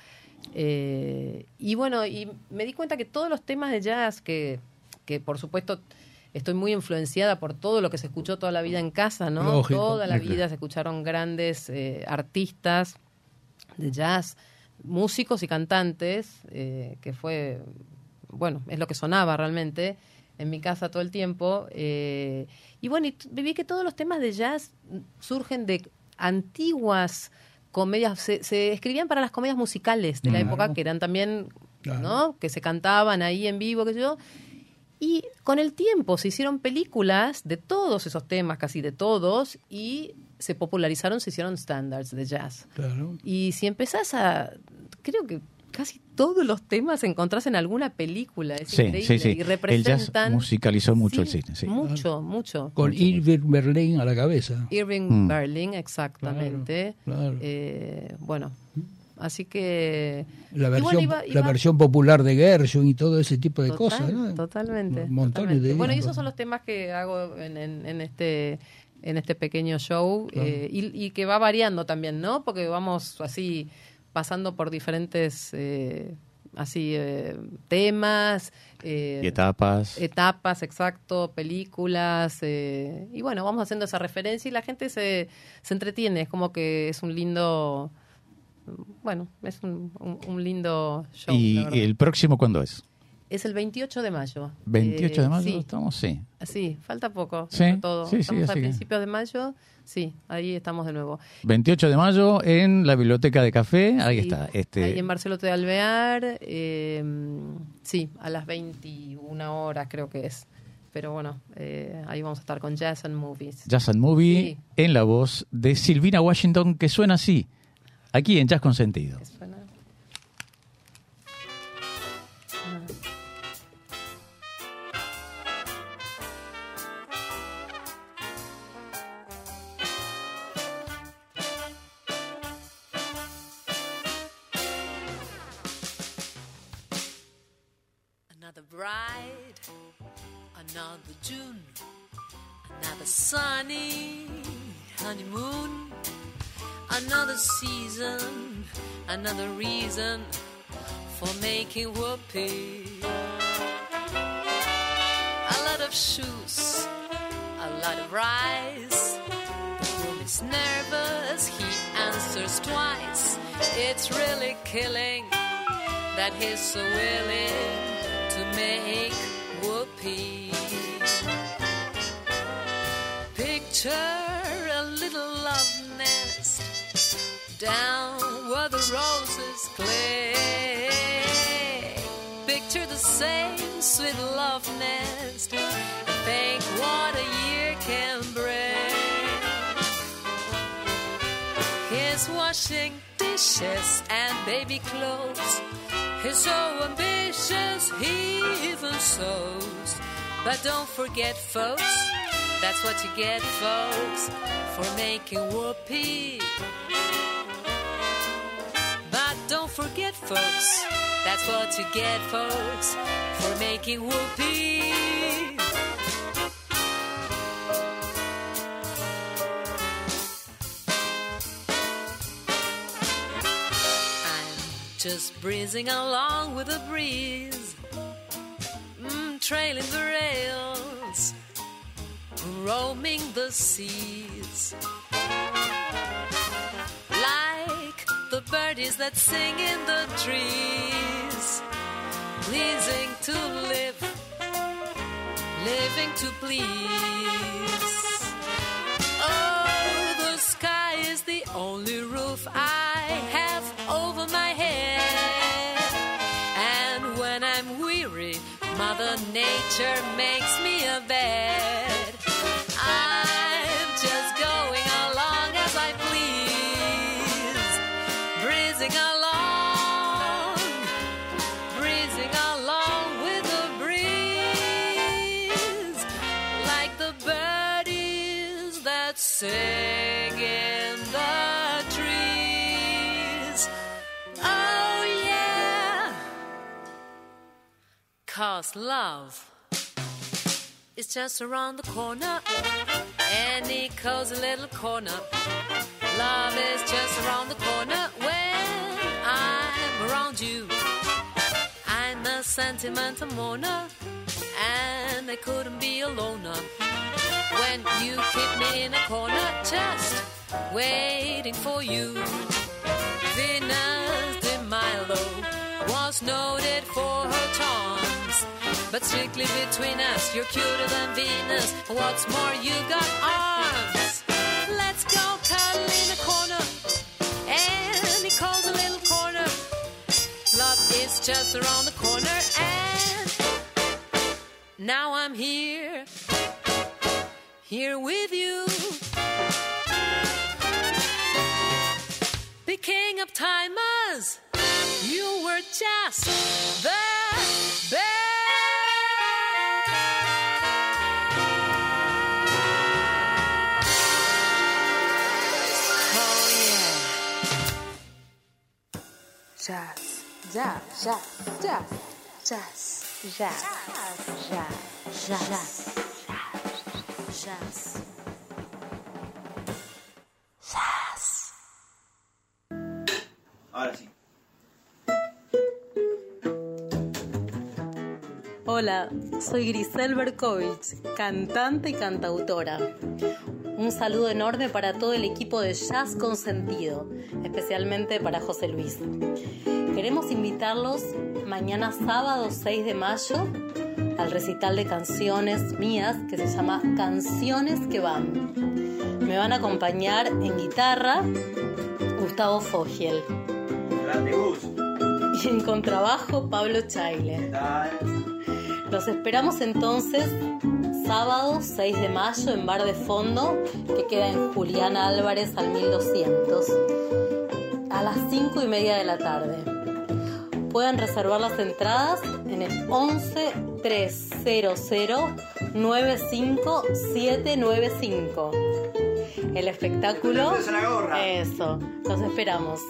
Eh, y bueno, y me di cuenta que todos los temas de jazz que, que por supuesto estoy muy influenciada por todo lo que se escuchó toda la vida en casa, ¿no? Lógico. Toda la Sí, claro. vida se escucharon grandes eh, artistas de jazz, músicos y cantantes, eh, que fue, bueno, es lo que sonaba realmente en mi casa todo el tiempo. Eh, y bueno, y t- vi que todos los temas de jazz surgen de antiguas comedias, se, se escribían para las comedias musicales de la Claro. época, que eran también, Claro. ¿no? Que se cantaban ahí en vivo, qué sé yo. Y con el tiempo se hicieron películas de todos esos temas, casi de todos, y se popularizaron, se hicieron standards de jazz. Claro. Y si empezás a... Creo que casi todos los temas encontrás en alguna película. Es Sí, increíble. sí, sí. Y representan... El jazz musicalizó mucho el cine, sí. Mucho, mucho. Con mucho, Irving Berlin a la cabeza. Irving Mm. Berlin, exactamente. Claro, claro. Eh, bueno, así que... La y versión, bueno, iba- la iba- versión popular de Gershwin y todo ese tipo de Total, cosas, ¿no? Totalmente. Montones totalmente. de Bueno, y discos. esos son los temas que hago en, en, en este en este pequeño show Claro. eh, y, y que va variando también, ¿no? Porque vamos así pasando por diferentes eh, así eh, temas, eh, Y etapas. etapas, exacto, películas eh, y bueno, vamos haciendo esa referencia y la gente se, se entretiene, es como que es un lindo, bueno, es un, un, un lindo show. ¿Y la verdad. el próximo cuándo es? Es el veintiocho de mayo. ¿veintiocho Eh, de mayo Sí, estamos? Sí. sí, falta poco. Sí, entre todo. sí, sí, estamos a así que- principios de mayo. Sí, ahí estamos de nuevo. veintiocho de mayo en la Biblioteca de Café. Ahí Sí, está. Este, Ahí en Marcelo T. de Alvear. eh, sí, a las veintiuna horas creo que es. Pero bueno, eh, ahí vamos a estar con Jazz and Movies. Jazz and Movie Sí. en la voz de Silvina Washington, que suena así, aquí en Jazz con Sentido. ¿Qué suena? Ah. Another bride, another June, another sunny honeymoon, another season, another reason for making whoopee. A lot of shoes, a lot of rice. The groom is nervous, he answers twice. It's really killing that he's so willing to make whoopee. Picture a little love nest down where the roses clay. Picture the same sweet love nest and think what a year can bring. He's washing dishes and baby clothes. He's so ambitious, he even sews. But don't forget, folks, that's what you get, folks, for making whoopee. But don't forget, folks, that's what you get, folks, for making whoopee. Just breezing along with the breeze, mm, trailing the rails, roaming the seas. Like the birdies that sing in the trees, pleasing to live, living to please. Oh, the sky is the only roof I have over my head. And when I'm weary, Mother Nature makes me a bed. I'm just going along as I please, breezing along, breezing along with the breeze, like the birdies that sing in the trees. Oh yeah, 'cause love is just around the corner, any cozy little corner. Love is just around the corner when I'm around you. I'm a sentimental mourner, and I couldn't be a loner when you keep me in a corner, just waiting for you. Venus de Milo was noted for her charms, but strictly between us, you're cuter than Venus. What's more, you got arms. Let's go cuddle in a corner, and he calls a little corner. Love is just around the corner, and Now I'm here, here with you. The king of timers, you were just the best. Oh yeah. Jazz, jazz, jazz, jazz, jazz, jazz, jazz, jazz, jazz, jazz. Ahora sí. Hola, soy Grisel Berkovich, cantante y cantautora. Un saludo enorme para todo el equipo de Jazz con Sentido, especialmente para José Luis. Queremos invitarlos mañana sábado seis de mayo al recital de canciones mías que se llama Canciones que Van. Me van a acompañar en guitarra Gustavo Fogiel. Grande Gus. Y en contrabajo Pablo Chaile. Los esperamos entonces sábado seis de mayo en Bar de Fondo, que queda en Julián Álvarez al mil doscientos, a las cinco y media de la tarde. Pueden reservar las entradas en el once, trescientos noventa y cinco, setecientos noventa y cinco. El espectáculo... Eso, los esperamos.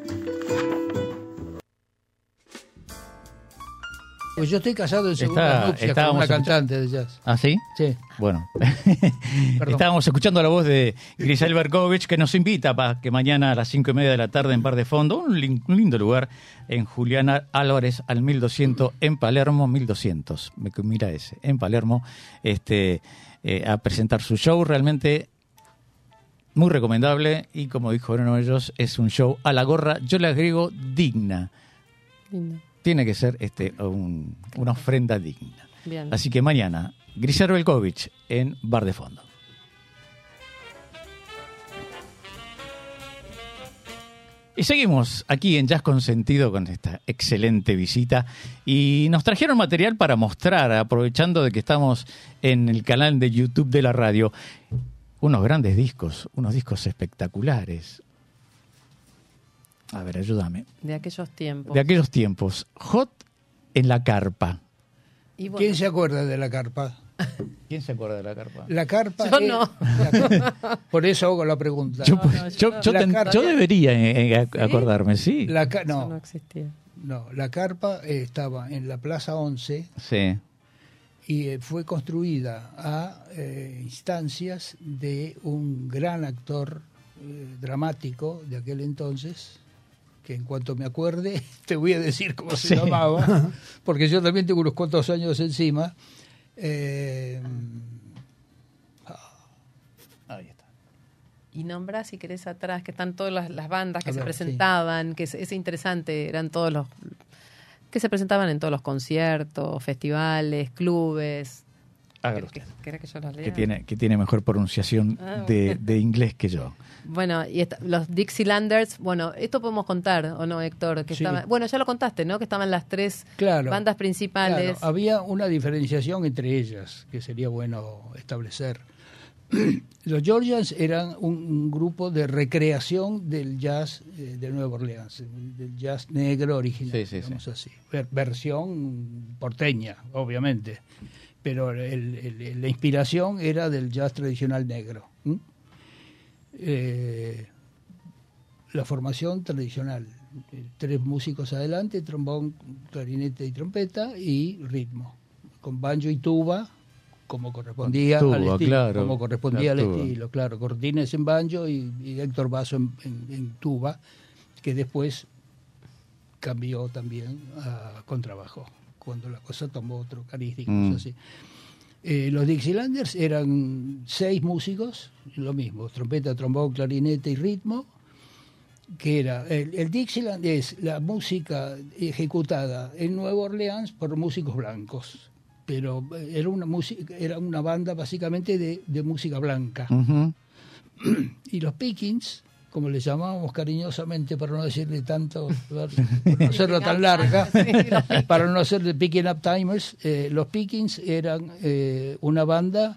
Pues yo estoy casado en segunda Está- nupcia con estábamos una escuchando- cantante de jazz. ¿Ah, sí? Sí. Bueno, estábamos escuchando la voz de Grisel Berkovich, que nos invita para que mañana a las cinco y media de la tarde en Bar de Fondo, un, lin- un lindo lugar, en Julián Álvarez al mil doscientos en Palermo, mil doscientos, me- mira ese, en Palermo, este, eh, a presentar su show, realmente muy recomendable, y como dijo uno de ellos, es un show a la gorra, yo le agrego digna. Lindo. Tiene que ser este un- una ofrenda digna. Bien. Así que mañana, Grisel Berkovich en Bar de Fondo. Y seguimos aquí en Jazz con Sentido con esta excelente visita. Y nos trajeron material para mostrar, aprovechando de que estamos en el canal de YouTube de la radio, unos grandes discos, unos discos espectaculares. A ver, ayúdame. De aquellos tiempos. De aquellos tiempos. Hot en la carpa. Y bueno, ¿Quién se acuerda de la carpa? ¿Quién se acuerda de la carpa? La carpa. Yo es- no. la carpa- por eso hago la pregunta. Yo, No, pues, no, yo, yo no. yo La ten- carpa- yo debería eh, eh, ¿Sí? acordarme, sí. La ca- eso no no, existía. no, la carpa eh, estaba en la Plaza once Sí. y eh, fue construida a eh, instancias de un gran actor eh, dramático de aquel entonces, que en cuanto me acuerde te voy a decir cómo se Sí. llamaba, porque yo también tengo unos cuantos años encima. Eh, Ahí está. Y nombra, si querés, atrás, que están todas las, las bandas que A se ver, presentaban, que es, es interesante, eran todos los... que se presentaban en todos los conciertos, festivales, clubes. Hágalo ¿Querés usted. que, querés que yo los lea? Que tiene, que tiene mejor pronunciación Ah, de, bueno. de inglés que yo. Bueno, y esta- los Dixielanders, bueno, esto podemos contar, ¿o no, Héctor? Que Sí. estaban, bueno, ya lo contaste, ¿no? Que estaban las tres Claro, bandas principales. Claro, había una diferenciación entre ellas que sería bueno establecer. Los Georgians eran un, un grupo de recreación del jazz eh, de Nueva Orleans, del jazz negro original, Sí, sí, digamos sí. así. Ver- versión porteña, obviamente, pero el- el- la inspiración era del jazz tradicional negro. ¿m? Eh, la formación tradicional, eh, tres músicos adelante, trombón, clarinete y trompeta, y ritmo, con banjo y tuba, como correspondía Tuba, al estilo, claro, como correspondía la al tuba. estilo, claro, Cortines en banjo y, y Héctor Basso en, en- en tuba, que después cambió también a contrabajo, cuando la cosa tomó otro cariz, digamos Mm. así. Eh, los Dixielanders eran seis músicos, lo mismo, trompeta, trombón, clarinete y ritmo, que era, el, el Dixieland es la música ejecutada en Nueva Orleans por músicos blancos, pero eh, era una música, era una banda básicamente de, de música blanca. Ujú. Y los Pickings como le llamábamos cariñosamente, para no decirle tanto, para no hacerla tan larga, para no hacerle Picking Up Timers, eh, los Pickings eran eh, una banda,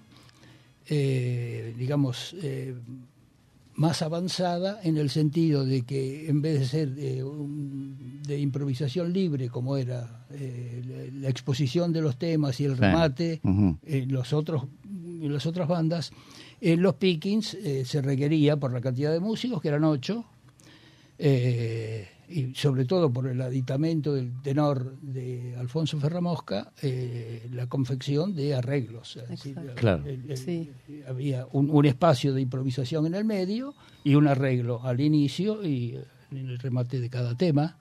eh, digamos, eh, más avanzada en el sentido de que en vez de ser eh, un, de improvisación libre, como era eh, la, la exposición de los temas y el remate, sí. uh-huh. en los otros, en las otras bandas, en los Pickings eh, se requería, por la cantidad de músicos, que eran ocho, eh, y sobre todo por el aditamento del tenor de Alfonso Ferramosca, eh, la confección de arreglos. Es decir, claro. el, el, Sí. había un, un espacio de improvisación en el medio y un arreglo al inicio y en el remate de cada tema.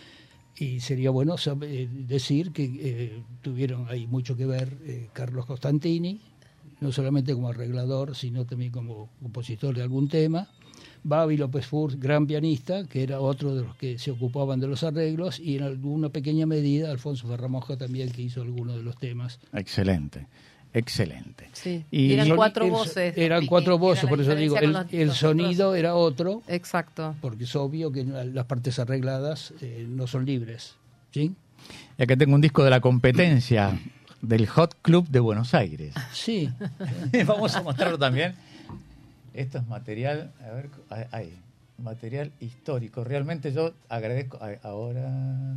Y sería bueno saber, decir que eh, tuvieron ahí mucho que ver eh, Carlos Costantini, no solamente como arreglador, sino también como compositor de algún tema. Babi López Furt, gran pianista, que era otro de los que se ocupaban de los arreglos, y en alguna pequeña medida Alfonso Ferramosca también, que hizo algunos de los temas. Excelente, excelente. Sí. Y, Y eran el- cuatro el- voces. Eran Piqui, cuatro era voces, la por eso digo, diferencia el, con el los- sonido nosotros. era otro, Exacto. porque es obvio que no- las partes arregladas eh, no son libres. ¿Sí? y acá tengo un disco de la competencia del Hot Club de Buenos Aires. Sí. Vamos a mostrarlo también. Esto es material, a ver, ahí, ahí, material histórico. Realmente yo agradezco, ahí, ahora,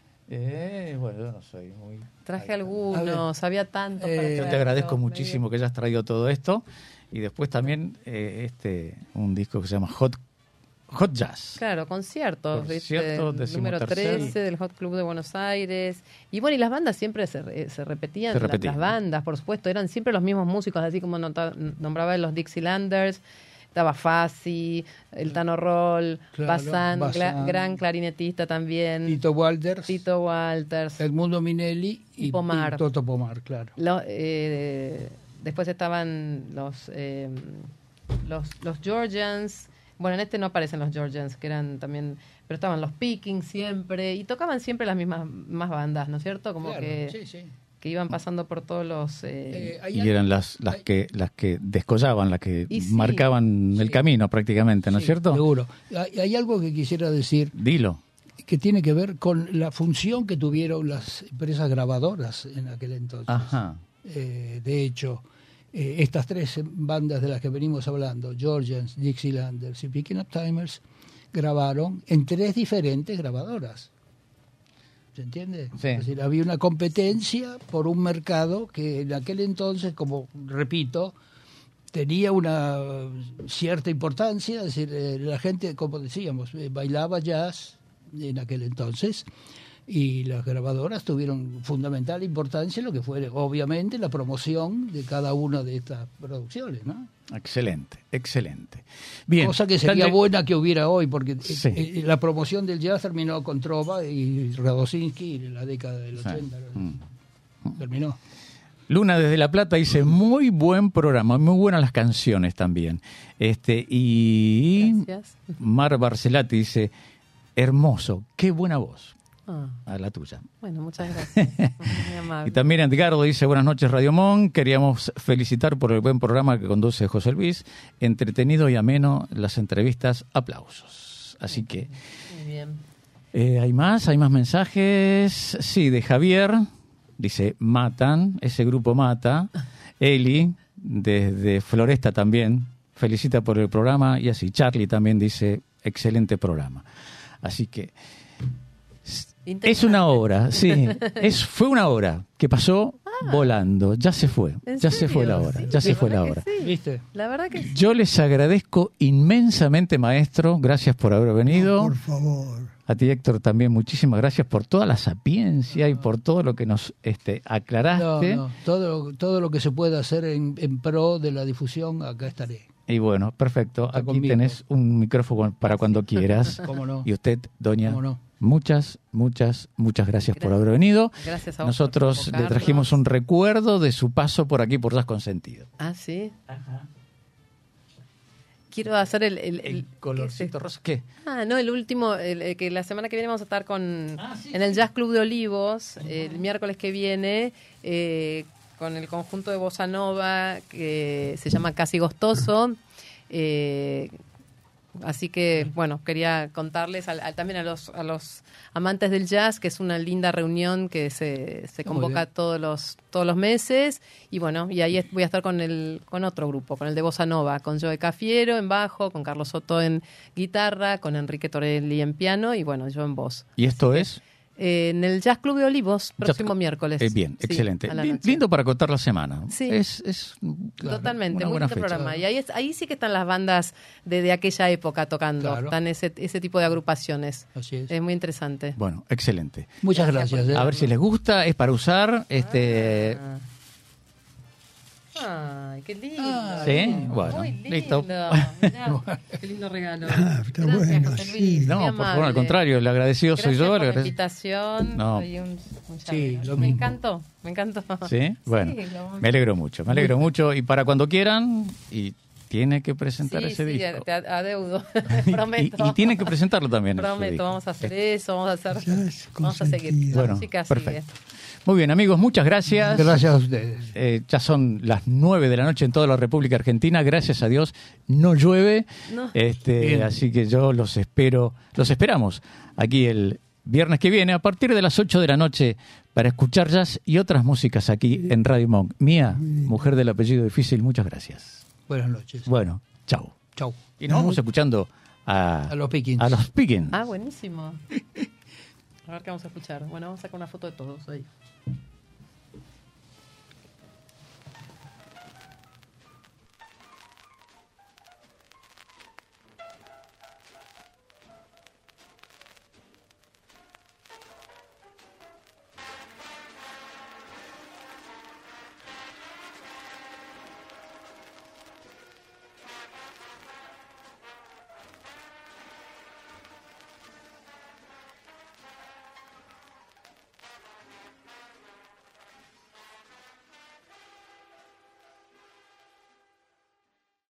eh, bueno, yo no soy muy... Traje ahí, algunos, había tantos. Eh, para Yo te traer, agradezco pero muchísimo que hayas traído todo esto. Y después también eh, este un disco que se llama Hot Hot Jazz. Claro, conciertos, ¿viste? Concierto, El decimotercero. número trece del Hot Club de Buenos Aires. Y bueno, y las bandas siempre se, re- se repetían, Se la- repetían. las bandas, por supuesto, eran siempre los mismos músicos, así como nota- nombraba los Dixielanders, estaba Fassi, el Tano Roll, Claro, Bazán, Bazán. gla- gran clarinetista también, Tito Walters, Tito Walters, Edmundo Minelli y, Y Pomar. y Toto Pomar, claro. Lo- eh, después estaban los, eh, los los Georgians. Bueno, en este no aparecen los Georgians, que eran también, pero estaban los Pickings siempre, y tocaban siempre las mismas más bandas, ¿no es cierto? Como Claro, que, sí, sí. que iban pasando por todos los... eh, Eh, hay Y algo- eran las las hay- que las que descollaban, las que Y sí. marcaban el Sí. camino prácticamente, ¿no es sí, cierto? Seguro. Hay, hay algo que quisiera decir Dilo. que tiene que ver con la función que tuvieron las empresas grabadoras en aquel entonces. Ajá. Eh, de hecho, eh, estas tres bandas de las que venimos hablando, Georgians, Dixielanders y Picking Up Timers, grabaron en tres diferentes grabadoras. ¿Se entiende? Sí. Es decir, había una competencia por un mercado que en aquel entonces, como repito, tenía una cierta importancia. Es decir, eh, la gente, como decíamos, eh, bailaba jazz en aquel entonces, y las grabadoras tuvieron fundamental importancia en lo que fue, obviamente, la promoción de cada una de estas producciones, ¿no? Excelente, excelente. Bien. Cosa que sería Dale- buena que hubiera hoy, porque eh, Sí. eh, la promoción del jazz terminó con Trova y Radosinski en la década del Sí. ochenta. Mm. Terminó. Luna desde La Plata dice, muy buen programa, muy buenas las canciones también. Este y Gracias. Mar Barcelati dice, hermoso, qué buena voz. Ah, A la tuya. bueno, muchas gracias. Muy amable. Y también Edgardo dice, buenas noches Radio Monk, queríamos felicitar por el buen programa que conduce José Luis, entretenido y ameno las entrevistas, aplausos. Así que, Muy bien. eh, ¿hay más? ¿Hay más mensajes? Sí, de Javier, dice, matan, ese grupo mata. Eli, desde Floresta también, felicita por el programa, y así, Charlie también dice, excelente programa. Así que... Es una hora, sí. Es, fue una hora que pasó volando. Ya se fue. ¿En Ya se fue serio? la hora. Sí, Ya se la fue la verdad hora. que sí. ¿Viste? La verdad que sí. Yo les agradezco inmensamente, maestro. Gracias por haber venido. Por favor. A ti, Héctor, también muchísimas gracias por toda la sapiencia y por todo lo que nos este, No, aclaraste. no, todo, todo lo que se pueda hacer en, en pro de la difusión, acá estaré. Y bueno, perfecto. Está Aquí conmigo. tenés un micrófono para cuando quieras. ¿Cómo no? Y usted, doña, ¿Cómo no? muchas, muchas, muchas gracias por Gracias. haber venido. Gracias a vos Nosotros por le convocarnos. trajimos un recuerdo de su paso por aquí, por Jazz Consentido. Ah, sí. Quiero hacer el... el, el- El ¿qué es colorcito esto? rosa, ¿qué? Ah, no, el último, el, el que la semana que viene vamos a estar con Ah, sí, en el Jazz Club de Olivos, el miércoles que viene, eh, con el conjunto de Bossa Nova, que se llama Casi Gostoso. Eh, Así que, bueno, quería contarles al- al- también a los, a los amantes del jazz que es una linda reunión que se, se Está muy convoca bien. todos los todos los meses. Y bueno, y ahí es- voy a estar con el con otro grupo, con el de Bossa Nova, con Joe Cafiero en bajo, con Carlos Soto en guitarra, con Enrique Torelli en piano y bueno, yo en voz. ¿Y esto es? Eh, en el Jazz Club de Olivos, próximo Jazz- miércoles. Eh, bien, Sí, excelente. a la Li- noche. Lindo para contar la semana. Sí. Es, es claro, Totalmente, una muy buena lindo fecha. programa. Y ahí, es- ahí sí que están las bandas de, de aquella época tocando, Claro. están ese, ese tipo de agrupaciones. Así es. Es muy interesante. Bueno, excelente. Muchas gracias. ¿eh? A ver si les gusta, es para usar. este Ah. Ay, qué lindo. Ah, ¿Sí? Muy Bueno, lindo. listo. Mirá, qué lindo regalo. Ah, está Gracias, bueno, José sí. Luis, No, muy por favor, al amable. contrario, el agradecido soy Gracias yo. por el la agradec- invitación. No. Y un- un Sí, llavero. lo Me mismo. encantó, me encantó. ¿Sí? Bueno, Sí, lo- me alegro mucho, me alegro mucho. Y para cuando quieran, y tiene que presentar Sí, ese sí, disco. te adeudo, Y- prometo. Y, y tienen que presentarlo también. ese Prometo, disco. vamos a hacer eso, vamos a hacer, Jazz vamos a seguir. consentido. La Bueno, música sigue. perfecto. Muy bien, amigos, muchas gracias. Gracias a ustedes. Eh, ya son las nueve de la noche en toda la República Argentina. Gracias a Dios no llueve. No. Este, Bien. así que yo los espero, los esperamos aquí el viernes que viene a partir de las ocho de la noche para escuchar jazz y otras músicas aquí en Radio Monk. Mía, mujer del apellido difícil, muchas gracias. Buenas noches. Bueno, chao. Chau. Y nos vamos escuchando a, A los Pickens. A los Pickens. Ah, buenísimo. A ver qué vamos a escuchar. Bueno, vamos a sacar una foto de todos ahí.